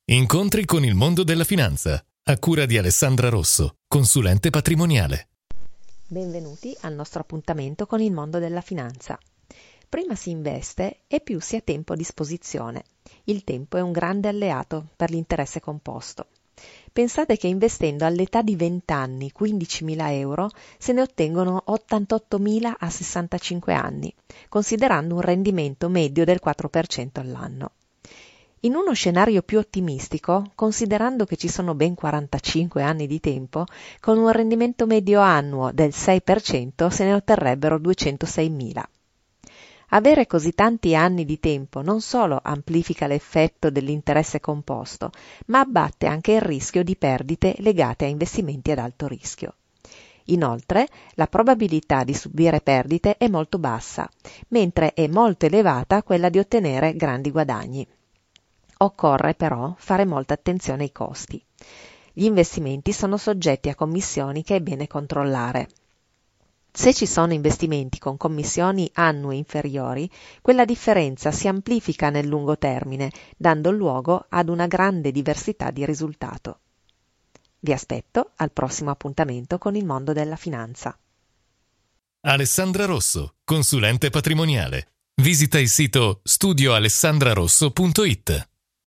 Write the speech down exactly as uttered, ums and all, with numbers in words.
Incontri con il mondo della finanza, a cura di Alessandra Rosso, consulente patrimoniale. Benvenuti al nostro appuntamento con il mondo della finanza. Prima si investe e più si ha tempo a disposizione. Il tempo è un grande alleato per l'interesse composto. Pensate che investendo all'età di venti anni quindicimila euro se ne ottengono ottantottomila a sessantacinque anni, considerando un rendimento medio del quattro per cento all'anno. In uno scenario più ottimistico, considerando che ci sono ben quarantacinque anni di tempo, con un rendimento medio annuo del sei per cento se ne otterrebbero duecentoseimila. Avere così tanti anni di tempo non solo amplifica l'effetto dell'interesse composto, ma abbatte anche il rischio di perdite legate a investimenti ad alto rischio. Inoltre, la probabilità di subire perdite è molto bassa, mentre è molto elevata quella di ottenere grandi guadagni. Occorre però fare molta attenzione ai costi. Gli investimenti sono soggetti a commissioni che è bene controllare. Se ci sono investimenti con commissioni annue inferiori, quella differenza si amplifica nel lungo termine, dando luogo ad una grande diversità di risultato. Vi aspetto al prossimo appuntamento con il mondo della finanza. Alessandra Rosso, consulente patrimoniale. Visita il sito studio alessandra rosso punto it.